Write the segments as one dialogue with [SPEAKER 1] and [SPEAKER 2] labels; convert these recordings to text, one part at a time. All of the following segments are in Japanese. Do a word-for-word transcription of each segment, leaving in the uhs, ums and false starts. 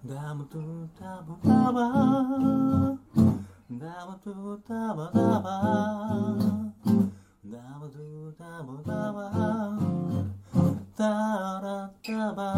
[SPEAKER 1] ダムトゥダムダバダムトゥダバダバダムトゥダムダバダラダバ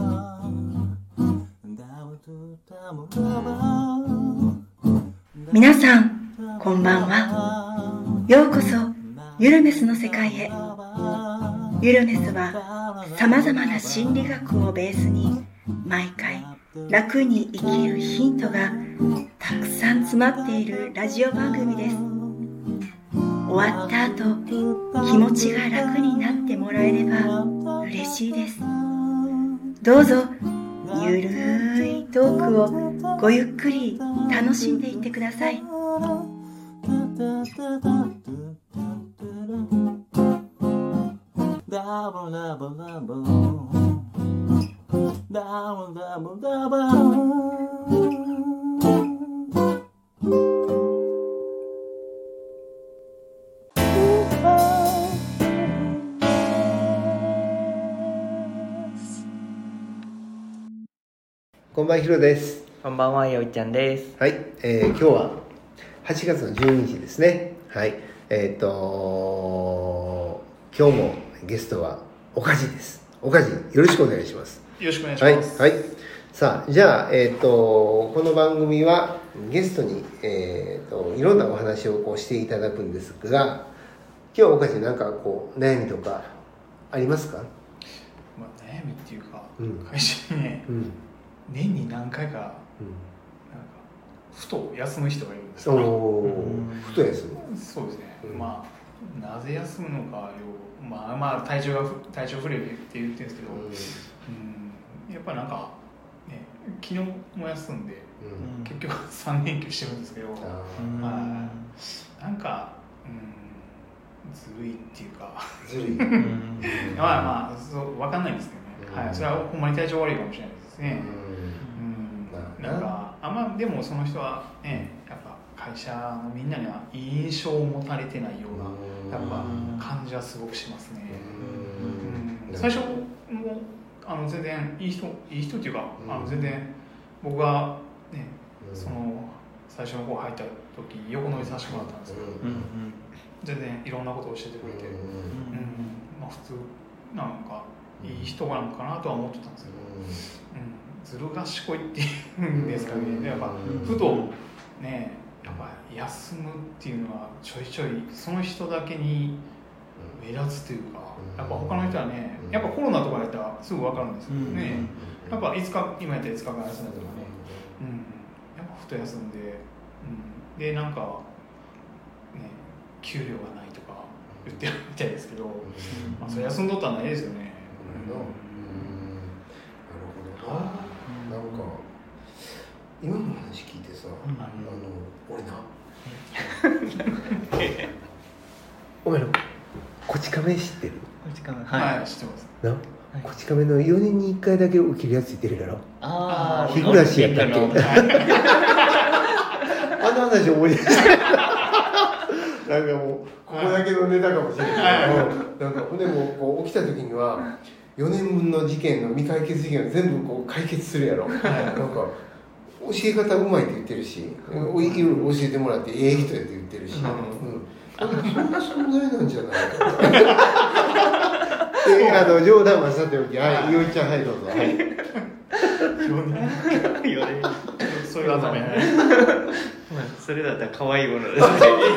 [SPEAKER 1] ダムトゥダムダバ。
[SPEAKER 2] 皆さんこんばんは。ようこそユルメスの世界へ。ユルメスはさまざまな心理学をベースに毎回楽に生きるヒントがたくさん詰まっているラジオ番組です。終わった後気持ちが楽になってもらえれば嬉しいです。どうぞゆるいトークをごゆっくり楽しんでいってください。
[SPEAKER 1] ダブダブダブダブダブダブ。
[SPEAKER 3] こんばんは、ひろです。
[SPEAKER 4] こんばんは、よいちゃんです。
[SPEAKER 3] はい、えー、今日ははちがつのじゅうににちですね。はい、えっ、ー、と今日もゲストはおかじです。おかじ、よろしくお願いします。
[SPEAKER 5] よろしくお願いします。
[SPEAKER 3] はい、はい、さあ、じゃあ、えっ、ー、とこの番組はゲストに、えー、といろんなお話をこうしていただくんですが、今日はおかじなんかこう悩みとかありますか？
[SPEAKER 5] まあ、悩みっていうか、
[SPEAKER 3] うん、
[SPEAKER 5] 会社にね、うん、年に何回か、うん、なんかふと休む人がいるんですよ。
[SPEAKER 3] ふと休む。
[SPEAKER 5] そうですね。うん、まあなぜ休むのかよ、まあまあ体調が体調不良って言ってるんですけど、うんうん、やっぱなんかね、昨日も休んで、うん、結局さんれんきゅうしてるんですけど、まあなんか、うん、ずるいっていうか、
[SPEAKER 3] ずるい。
[SPEAKER 5] まあまあそう分かんないんですけどね。はい、それはほんまに体調悪いかもしれないですね。うん、なんかあんまでもその人はね、やっぱ会社のみんなにはいい印象を持たれてないようなやっぱ感じはすごくしますね。うん、最初もあの全然いい人いい人っていうか、あの全然僕がねその最初の方入った時横乗りさせてもらったんですけど、全然いろんなことを教えてくれて、うん、まあ普通なんかいい人なんかなとは思ってたんですけど、うん、ずる賢いっていうんですかね。やっぱふとね、やっぱ休むっていうのはちょいちょいその人だけに目立つというか、やっぱ他の人はね、やっぱコロナとかやったらすぐ分かるんですけどね、やっぱいつか今やったらいつかか休んだとかね、うん、やっぱふと休んで、うん、でなんかね給料がないとか言ってるみたいですけど、まあそれ休んどったらないですよね。
[SPEAKER 3] なるほどな。なんか今の話聞いてさ、うん、あの俺なお前のこち亀知ってる？
[SPEAKER 4] こち亀、
[SPEAKER 5] はい、はい、知ってます
[SPEAKER 3] な、はい、こち亀のよねんにいっかいだけ起きるやついてるやろ。
[SPEAKER 4] ああ、
[SPEAKER 3] 日暮らしやったっけ？あの話思い出したなんかもうここだけのネタかもしれないけど、なんかほんでもこう起きた時にはよねんぶんの事件の未解決事件を全部こう解決するやろ。なんか教え方うまいって言ってるし、いろいろ教えてもらってええ人やって言ってるし、うん、そんな存在なんじゃないかで、あの冗談はさておき、はい、いおいちゃん、はいどうぞ。はい。
[SPEAKER 5] そういう頭やね。
[SPEAKER 4] それだったら可愛いものですね。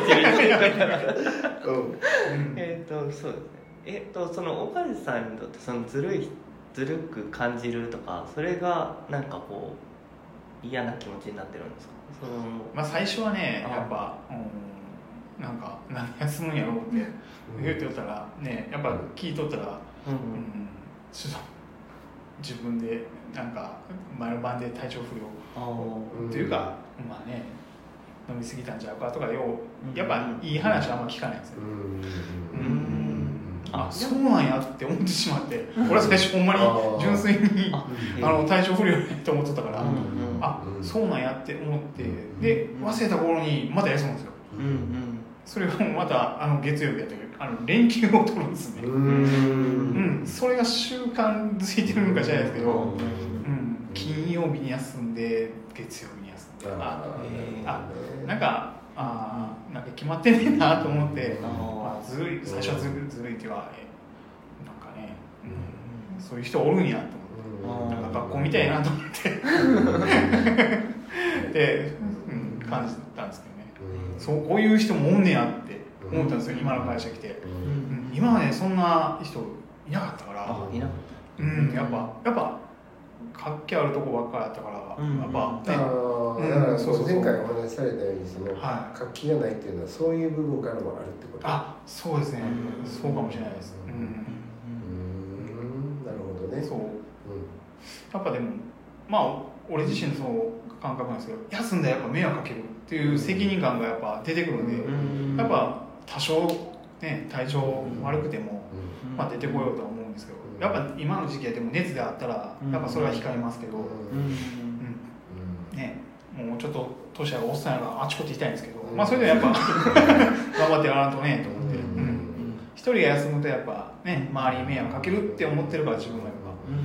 [SPEAKER 4] えっとそうですね。えっとその岡地さんにとってそのずるいずるく感じるとか、それがなんかこう嫌な気持ちになってるんですか？その
[SPEAKER 5] まあ最初はね、やっぱ、うん、なんか何休むんやろうって言うておったらね、やっぱ聞いとったら、うんうん、ちょっと自分でなんか前の晩で体調不良っていうか、まあね飲みすぎたんちゃうかとかようやっぱいい話はあんま聞かないんですよ。うん、あ、そうなんやって思ってしまって、俺は最初ほんまに純粋にあの体調不良やと思ってたから、あ、そうなんやって思って、で忘れた頃にまた休むんですよ。それがまたあの月曜日やったけど、あの連休を取るんですね。うん、それが習慣づいてるのかじゃないですけど、うん、 金曜日に休んで月曜日に休んで、ああなんかあなんか決まってねえなと思って、まあ、ずるい最初はずるずるいっていうかなんかね、うん、そういう人おるんやと思って、なんか学校みたいなと思ってで、うん、感じたんですけどね、そうこういう人もおんねやって思ったんですよ、今の会社来て、うん、今までそんな人いなかったから、
[SPEAKER 4] いなかった、
[SPEAKER 5] うん、やっぱやっぱ活気あるとこばっかりやったから、うん、やっぱね、
[SPEAKER 3] ああ、だから前回お話しされたようにその、はい、活気がないっていうのはそういう部分からもあるってこと。
[SPEAKER 5] あ、そうですね、うん、そうかもしれないです。うん、うん、
[SPEAKER 3] なるほどね。そう、うん、
[SPEAKER 5] やっぱでもまあ俺自身のそう感覚なんですけど、休んだらやっぱ迷惑かけるっていう責任感がやっぱ出てくるんで、うん、やっぱ多少ね体調悪くても、うん、まあ出てこようとは思うんですけど、やっぱ今の時期はでも熱であったらやっぱそれは控えますけど、うんうんうん、ね、もうちょっと年がおっさんやからあちこち行きたいんですけど、うん、まあそれでやっぱ頑張ってやらんとねと思って、うんうん、一人が休むとやっぱね周りに迷惑かけるって思ってるから自分はやっぱ、うんうん、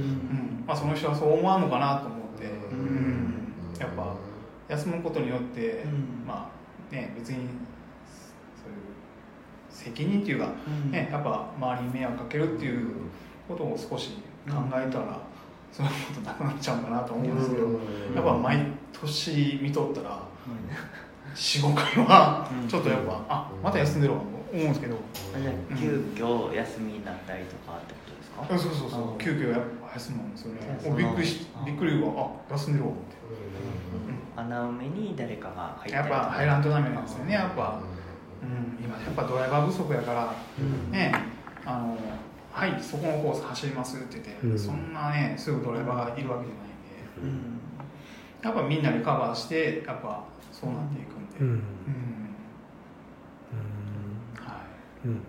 [SPEAKER 5] まあその人はそう思わんのかなと思って、うんうん、やっぱ休むことによって、うん、まあね別にそういう責任っていうか、ね、やっぱ周りに迷惑かけるっていうことを少し考えたら、うん、そういうことなくなっちゃうかなと思うんですけど、うん、やっぱ毎年見とったら、うん、よん、ごかいはちょっとやっぱ、うん、あまた休んでるわ思うんですけど、
[SPEAKER 4] じゃあ急遽休みになったりとかってことですか？
[SPEAKER 5] そうそうそう、急遽やっぱ休むんですよね。おびっくりしびっくりはあ休んでるわって、
[SPEAKER 4] うん、穴埋めに誰かが入って
[SPEAKER 5] やっぱ入らんとダメなんですよね、やっぱ、うん、今やっぱドライバー不足やから、うん、ね、あのはいそこのコース走りますって言って、うん、そんなねすぐドライバーがいるわけじゃないんで、うん、やっぱみんなでカバーしてやっぱそうなっていくんで、うんうんうん
[SPEAKER 4] はい、うんはい、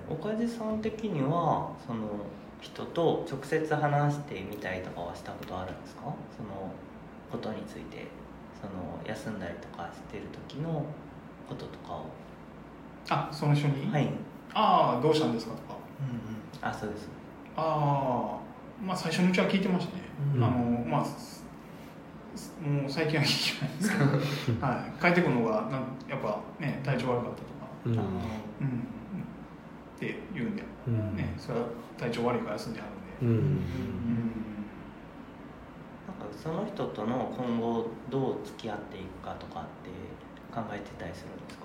[SPEAKER 4] 岡地さん的にはその人と直接話してみたりとかはしたことあるんですか？そのことについて、その休んだりとかしてる時のこととかを。
[SPEAKER 5] あ、その人に、
[SPEAKER 4] はい、
[SPEAKER 5] ああどうしたんですかとか、
[SPEAKER 4] うんうん、あ、そうです。
[SPEAKER 5] ああ、まあ最初のうちは聞いてましたね、うん、あのまあもう最近は聞いてないんですけど、はい、帰ってくるのがなんやっぱね体調悪かったとか、うん、うん、って言うんで、うん、ね、それは体調悪いから休んであるんで、うんうん、
[SPEAKER 4] なんかその人との今後どう付き合っていくかとかって考えてたりするんですか？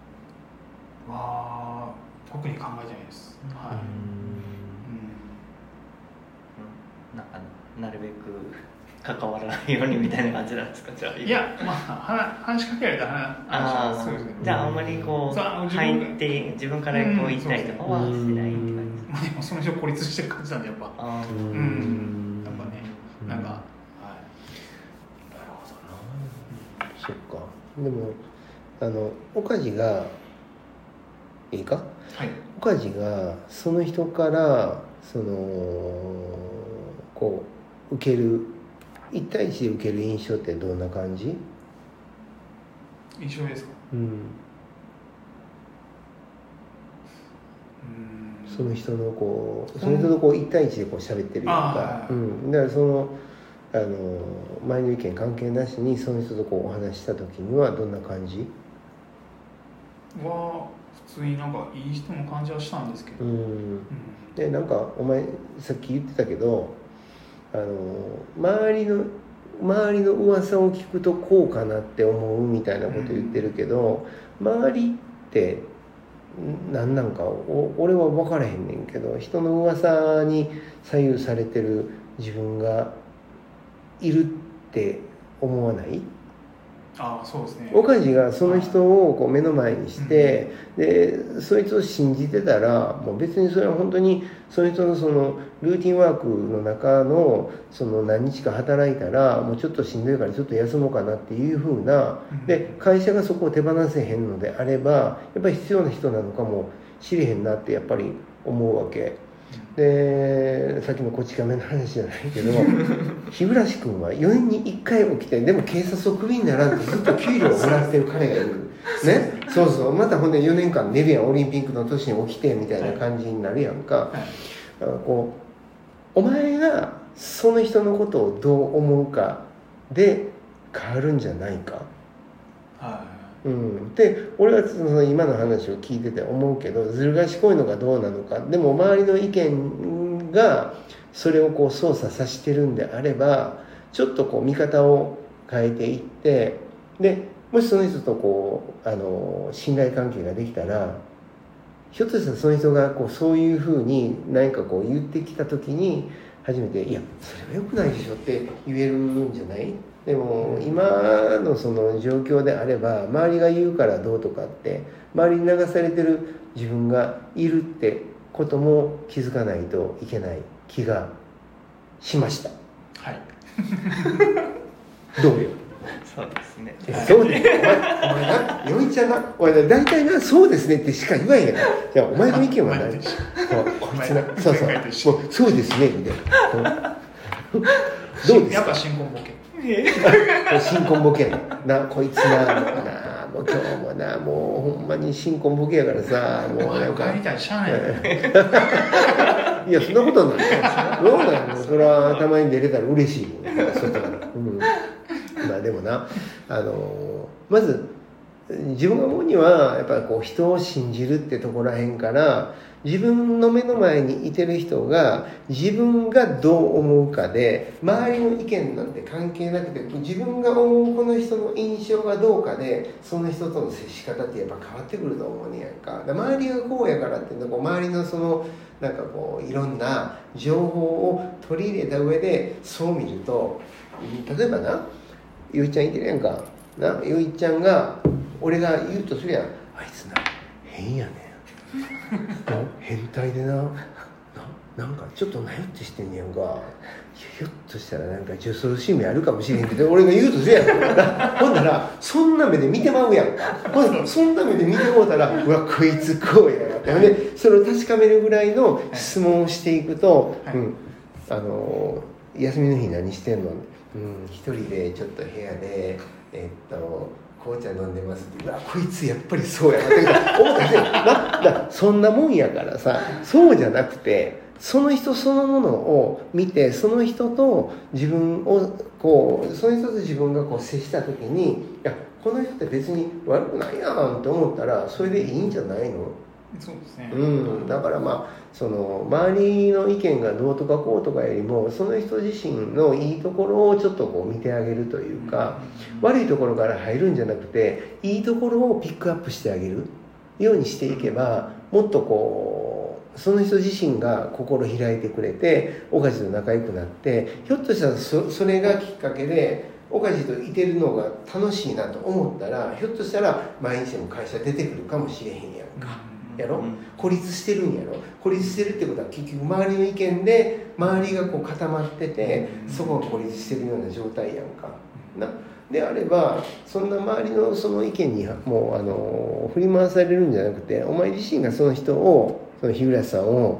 [SPEAKER 5] は特に考えてないです、うん、はい、うん、
[SPEAKER 4] なんかなるべく関わらないようにみたいな感じなんですか？じゃあ
[SPEAKER 5] いや、まあ話しかけられたら
[SPEAKER 4] 話はそうですね。じゃああんまりこう入って自分からこう言ったりとかはしないって感じです。
[SPEAKER 5] まあでもその人孤立してる感じなんでやっぱ、あうん、やっぱね、なんか、はい、
[SPEAKER 3] なるほどな。そっか。でもあの岡地がいいか、はい、岡地がその人からそのこう受ける一対一で受ける印象ってどんな感じ？
[SPEAKER 5] 印象ですか？うん、うん
[SPEAKER 3] その人のこうその人とこう一対一でこう喋ってるようか、うん、だからそのあの前の意見関係なしにその人とこうお話しした時にはどんな感じ？
[SPEAKER 5] は普通になんかいい人の感じはしたんですけど、うんうん、
[SPEAKER 3] でなんかお前さっき言ってたけどあの周りの周りの噂を聞くとこうかなって思うみたいなこと言ってるけど、うん、周りって何なんかお俺は分からへんねんけど人の噂に左右されてる自分がいるって思わない？
[SPEAKER 5] ああそうですね。
[SPEAKER 3] 岡地がその人をこう目の前にして、うん、でそいつを信じてたらもう別にそれは本当にその人のそのルーティンワークの中のその何日か働いたらもうちょっとしんどいからちょっと休もうかなっていう風な、うん、で会社がそこを手放せへんのであればやっぱり必要な人なのかもしれへんなってやっぱり思うわけで、さっきのこち亀の話じゃないけど日暮君はよねんにいっかい起きてでも警察をクビにならんとずっと給料をもらってる彼がいるね、そうそうまたほんでよねんかん寝るやんオリンピックの年に起きてみたいな感じになるやんか、はいはい、こうお前がその人のことをどう思うかで変わるんじゃないか、はいうん、で俺はその今の話を聞いてて思うけど、ずる賢いのかどうなのか、でも周りの意見がそれをこう操作させてるんであれば、ちょっとこう見方を変えていって、でもしその人とこうあの信頼関係ができたら、ひょっとしたらその人がこうそういうふうに何かこう言ってきた時に初めて「いやそれは良くないでしょ」って言えるんじゃない？でも今のその状況であれば、周りが言うからどうとかって、周りに流されてる自分がいるってことも気づかないといけない気がしました。
[SPEAKER 5] はい
[SPEAKER 3] どうよ。
[SPEAKER 4] そうですね。
[SPEAKER 3] そうですね。お前、お前な、よいちゃんな、お前な、大体な、そうですねってしか言わへんやん。じゃあ、お前の意見は何？こいつな、そうそう、もう、そうですねみたいな。どうですか？
[SPEAKER 5] やっぱ新婚ボケ。
[SPEAKER 3] 新婚ボケな、こいつな、もうな、もう今日もな、もうほんまに新婚ボケやからさ、もうなんか。
[SPEAKER 5] 帰りたいしゃあない。
[SPEAKER 3] いや、そんなことない。どうなの？それはたまに出れたら嬉しい。外から。うん。まあでもな、あのまず自分が思うにはやっぱりこう人を信じるってところらへんから、自分の目の前にいてる人が自分がどう思うかで、周りの意見なんて関係なくて、自分が思うこの人の印象がどうかで、その人との接し方ってやっぱ変わってくると思うねやんか。周りがこうやからっていうの、こう周りのそのなんかこういろんな情報を取り入れた上でそう見ると、例えばな、ゆいちゃんいてるやんかな、ゆいちゃんが俺が言うとするやん、あいつな変やねん変態でな、ななんかちょっとなよってしてんねやんか、ひょっとしたらなんか女装シーンもあるかもしれへんけど俺が言うとするやんほんならそんな目で見てまうやんか。ほんならそんな目で見てもうたら、うわこいつこうやなって、でそれを確かめるぐらいの質問をしていくと、はい、うん、あの休みの日何してんの、うん、一人でちょっと部屋でえっと紅茶飲んでますって、うわこいつやっぱりそうやなって思ったんですよ。だそんなもんやからさ、そうじゃなくて、その人そのものを見て、その人と自分をこう、その人と自分がこう接した時に、いやこの人って別に悪くないやんって思ったら、それでいいんじゃないの？
[SPEAKER 5] そうですね、
[SPEAKER 3] うん、だからまあその周りの意見がどうとかこうとかよりも、その人自身のいいところをちょっとこう見てあげるというか、悪いところから入るんじゃなくて、いいところをピックアップしてあげるようにしていけば、もっとこうその人自身が心開いてくれて、岡地と仲良くなって、ひょっとしたら そ, それがきっかけで岡地といてるのが楽しいなと思ったら、ひょっとしたら毎日でも会社出てくるかもしれへんやんか。やろ、孤立してるんやろ。孤立してるってことは結局周りの意見で周りがこう固まってて、そこが孤立してるような状態やんかな。であれば、そんな周りのその意見にもうあの振り回されるんじゃなくて、お前自身がその人を、その日暮さんを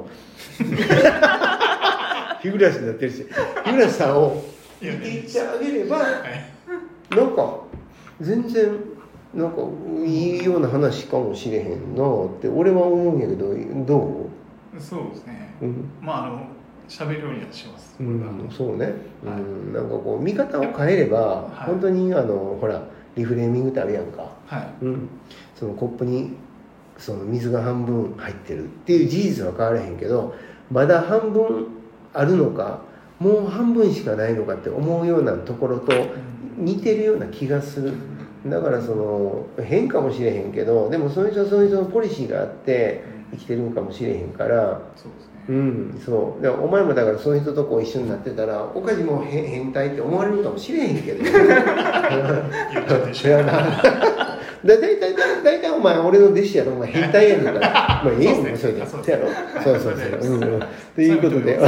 [SPEAKER 3] 日暮になってるし、日暮さんを見ていってあげれば、なんか全然なんかいいような話かもしれへんなって俺は思うんやけど、ど
[SPEAKER 5] う？そうですね、
[SPEAKER 3] うん、
[SPEAKER 5] まああの喋るようにはします、
[SPEAKER 3] うん、そうね、はい、うん、なんかこう見方を変えれば、はい、本当にあのほらリフレーミングってあるやんか、
[SPEAKER 5] はい、
[SPEAKER 3] うん、そのコップにその水が半分入ってるっていう事実は変わらへんけど、まだ半分あるのかもう半分しかないのかって思うようなところと似てるような気がする。だからその変かもしれへんけど、でもその人はその人のポリシーがあって生きてるんかもしれへんから、
[SPEAKER 5] そうですね、
[SPEAKER 3] うん、そうでお前もだからその人とこう一緒になってたら、岡地も変態って思われるかもしれへんけど、言っちゃってしまうな。だいたいだいたいお前俺の弟子やろ、お前変態やねんから、まあいいよ、それで、そうやろ、そうそうそう、うん、ということで。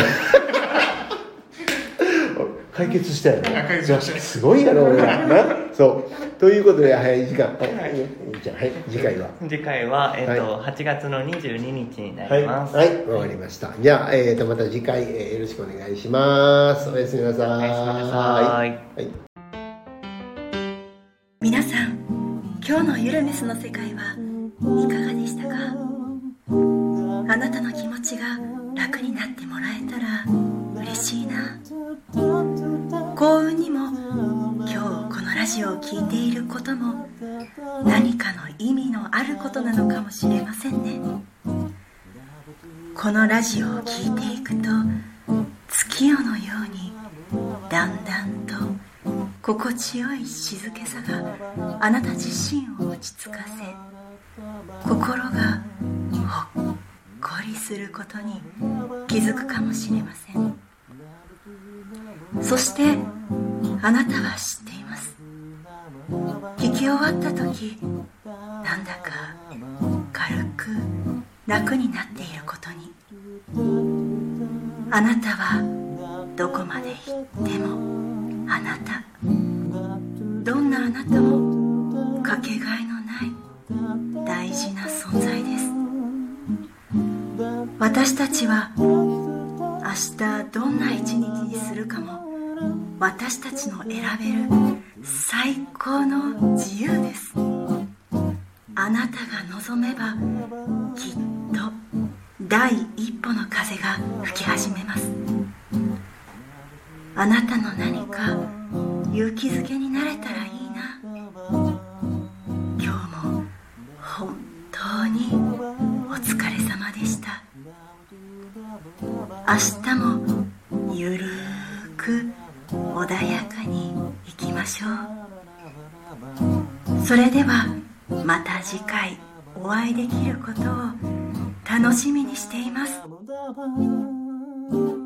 [SPEAKER 3] 解決したよね。すごいやろ俺らな。そうということで、早い時間、はい、じゃあ、はい、次回は
[SPEAKER 4] 次回は、えーとはい、はちがつのにじゅうににちになります。
[SPEAKER 3] はい、わ、はい、かりました。じゃあ、えーとまた次回、えー、よろしくお願いします。おやすみなさい。おやすみなさい。はい、
[SPEAKER 2] 皆さん、今日のゆるめすの世界はいかがでしたか？ あなたの気持ちが楽になってもらえたら嬉しいな。幸運にも今日このラジオを聴いていることも何かの意味のあることなのかもしれませんね。このラジオを聴いていくと月夜のようにだんだんと心地よい静けさがあなた自身を落ち着かせ、心がほっこりすることに気づくかもしれません。そしてあなたは知っています。聞き終わった時、なんだか軽く楽になっていることに。あなたはどこまで行ってもあなた。どんなあなたもかけがえのない大事な存在です。私たちは明日どんな一日にするかも私たちの選べる最高の自由です。あなたが望めばきっと第一歩の風が吹き始めます。あなたの何か勇気づけになれたらいいな。今日も本当にお疲れ様でした。明日もゆるーく穏やかにいきましょう。それではまた次回お会いできることを楽しみにしています。